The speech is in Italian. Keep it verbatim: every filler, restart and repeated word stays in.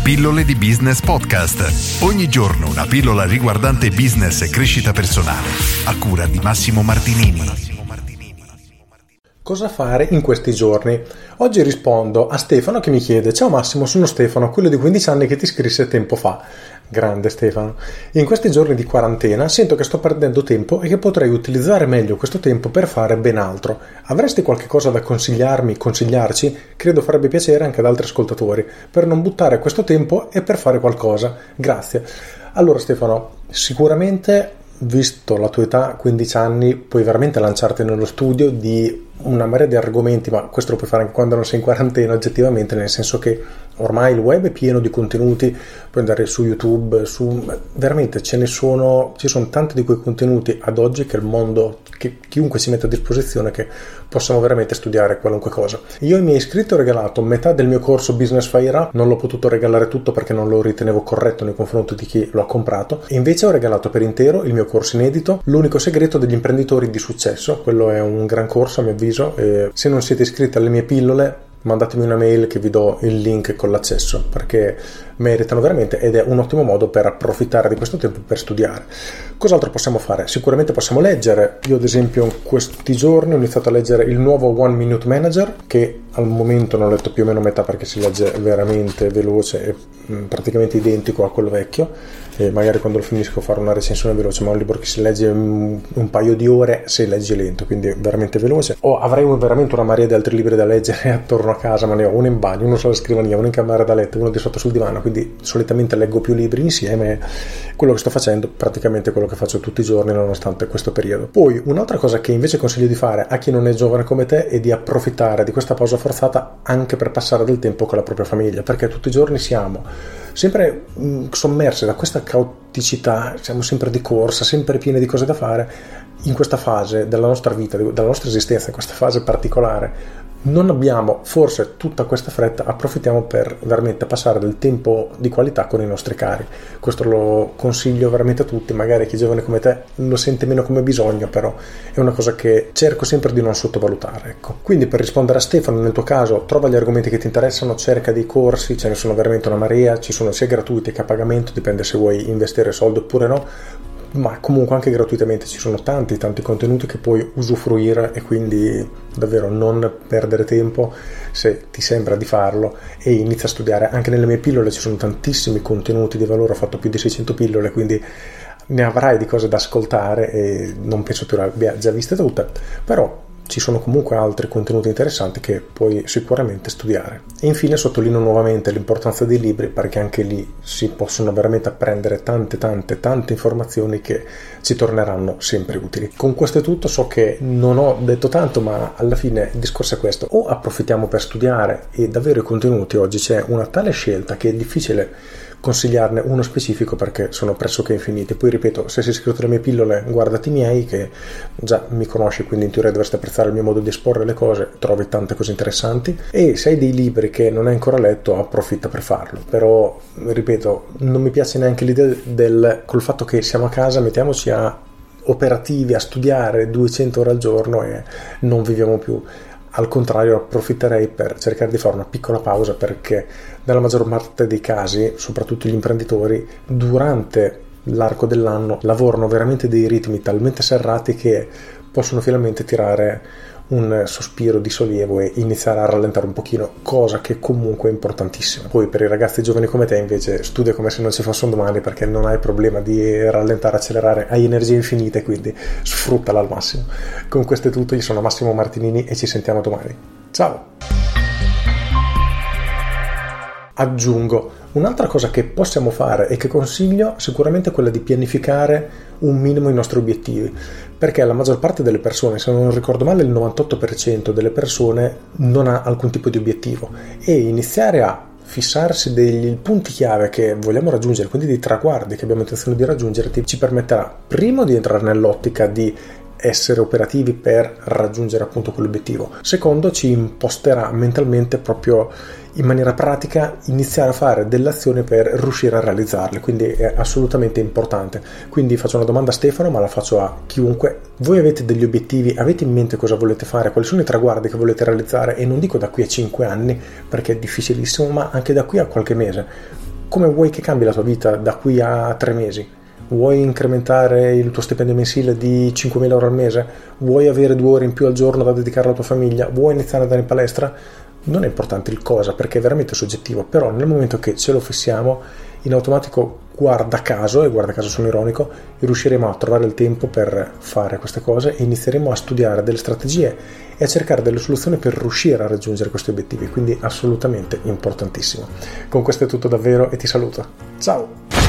Pillole di Business Podcast. Ogni giorno una pillola riguardante business e crescita personale. A cura di Massimo Martinini. Cosa fare in questi giorni? Oggi rispondo a Stefano che mi chiede: ciao Massimo, sono Stefano, quello di quindici anni che ti scrisse tempo fa. Grande Stefano. In questi giorni di quarantena sento che sto perdendo tempo e che potrei utilizzare meglio questo tempo per fare ben altro. Avresti qualche cosa da consigliarmi, consigliarci? Credo farebbe piacere anche ad altri ascoltatori, per non buttare questo tempo e per fare qualcosa. Grazie. Allora Stefano, sicuramente, visto la tua età, quindici anni, puoi veramente lanciarti nello studio di una marea di argomenti, ma questo lo puoi fare anche quando non sei in quarantena oggettivamente, nel senso che ormai il web è pieno di contenuti, puoi andare su YouTube, su veramente ce ne sono, ci sono tanti di quei contenuti ad oggi che il mondo, che chiunque si mette a disposizione, che possono veramente studiare qualunque cosa. Io ai miei iscritti ho regalato metà del mio corso Business Fire Up, non l'ho potuto regalare tutto perché non lo ritenevo corretto nei confronti di chi lo ha comprato, e invece ho regalato per intero il mio corso inedito, L'unico segreto degli imprenditori di successo. Quello è un gran corso a mio avviso, e se non siete iscritti alle mie pillole mandatemi una mail che vi do il link con l'accesso, perché meritano veramente ed è un ottimo modo per approfittare di questo tempo per studiare. Cos'altro possiamo fare? Sicuramente possiamo leggere. Io ad esempio in questi giorni ho iniziato a leggere il nuovo One Minute Manager, che al momento non ho letto più o meno metà perché si legge veramente veloce e praticamente identico a quello vecchio, e magari quando lo finisco farò una recensione veloce, ma è un libro che si legge un, un paio di ore se leggi lento, quindi veramente veloce. O avrei veramente una marea di altri libri da leggere attorno a casa, ma ne ho uno in bagno, uno sulla scrivania, uno in camera da letto, uno di sotto sul divano, quindi solitamente leggo più libri insieme. Quello che sto facendo praticamente quello che faccio tutti i giorni nonostante questo periodo. Poi un'altra cosa che invece consiglio di fare a chi non è giovane come te è di approfittare di questa pausa forzata anche per passare del tempo con la propria famiglia, perché tutti i giorni siamo sempre mh, sommersi da questa caoticità, siamo sempre di corsa, sempre pieni di cose da fare. In questa fase della nostra vita, della nostra esistenza, in questa fase particolare, non abbiamo forse tutta questa fretta, approfittiamo per veramente passare del tempo di qualità con i nostri cari. Questo lo consiglio veramente a tutti, magari chi è giovane come te lo sente meno come bisogno, però è una cosa che cerco sempre di non sottovalutare, ecco. Quindi per rispondere a Stefano, nel tuo caso, trova gli argomenti che ti interessano, cerca dei corsi, ce ne sono veramente una marea, ci sono sia gratuiti che a pagamento, dipende se vuoi investire soldi oppure no, ma comunque anche gratuitamente ci sono tanti tanti contenuti che puoi usufruire, e quindi davvero non perdere tempo se ti sembra di farlo e inizia a studiare. Anche nelle mie pillole ci sono tantissimi contenuti di valore, ho fatto più di seicento pillole, quindi ne avrai di cose da ascoltare e non penso tu le abbia già viste tutte, però ci sono comunque altri contenuti interessanti che puoi sicuramente studiare. E infine sottolineo nuovamente l'importanza dei libri, perché anche lì si possono veramente apprendere tante tante tante informazioni che ci torneranno sempre utili. Con questo è tutto, so che non ho detto tanto, ma alla fine il discorso è questo: o approfittiamo per studiare, e davvero i contenuti oggi c'è una tale scelta che è difficile consigliarne uno specifico perché sono pressoché infiniti. Poi ripeto, se sei iscritto alle mie pillole, guardati i miei, che già mi conosci, quindi in teoria dovresti apprezzare il mio modo di esporre le cose, trovi tante cose interessanti. E se hai dei libri che non hai ancora letto, approfitta per farlo. Però ripeto, non mi piace neanche l'idea del col fatto che siamo a casa, mettiamoci a operativi a studiare duecento ore al giorno e non viviamo più. Al contrario, approfitterei per cercare di fare una piccola pausa, perché nella maggior parte dei casi, soprattutto gli imprenditori, durante l'arco dell'anno lavorano veramente dei ritmi talmente serrati che possono finalmente tirare un sospiro di sollievo e iniziare a rallentare un pochino, cosa che comunque è importantissima. Poi per i ragazzi giovani come te invece studia come se non ci fosse un domani, perché non hai problema di rallentare, accelerare, hai energie infinite, quindi sfruttala al massimo. Con questo è tutto, io sono Massimo Martinini e ci sentiamo domani. Ciao! Aggiungo un'altra cosa che possiamo fare e che consiglio, sicuramente quella di pianificare un minimo i nostri obiettivi, perché la maggior parte delle persone, se non ricordo male il novantotto per cento delle persone, non ha alcun tipo di obiettivo, e iniziare a fissarsi degli punti chiave che vogliamo raggiungere, quindi dei traguardi che abbiamo intenzione di raggiungere, ci permetterà primo di entrare nell'ottica di essere operativi per raggiungere appunto quell'obiettivo. Secondo, ci imposterà mentalmente proprio in maniera pratica iniziare a fare delle azioni per riuscire a realizzarle, quindi è assolutamente importante. Quindi faccio una domanda a Stefano, ma la faccio a chiunque: voi avete degli obiettivi? Avete in mente cosa volete fare? Quali sono i traguardi che volete realizzare? E non dico da qui a cinque anni perché è difficilissimo, ma anche da qui a qualche mese. come vuoi che cambi la tua vita da qui a tre mesi? Vuoi incrementare il tuo stipendio mensile di cinquemila euro al mese? Vuoi avere due ore in più al giorno da dedicare alla tua famiglia? Vuoi iniziare ad andare in palestra? Non è importante il cosa, perché è veramente soggettivo, però nel momento che ce lo fissiamo, in automatico, guarda caso, e guarda caso sono ironico, riusciremo a trovare il tempo per fare queste cose e inizieremo a studiare delle strategie e a cercare delle soluzioni per riuscire a raggiungere questi obiettivi, quindi assolutamente importantissimo. Con questo è tutto davvero e ti saluto. Ciao!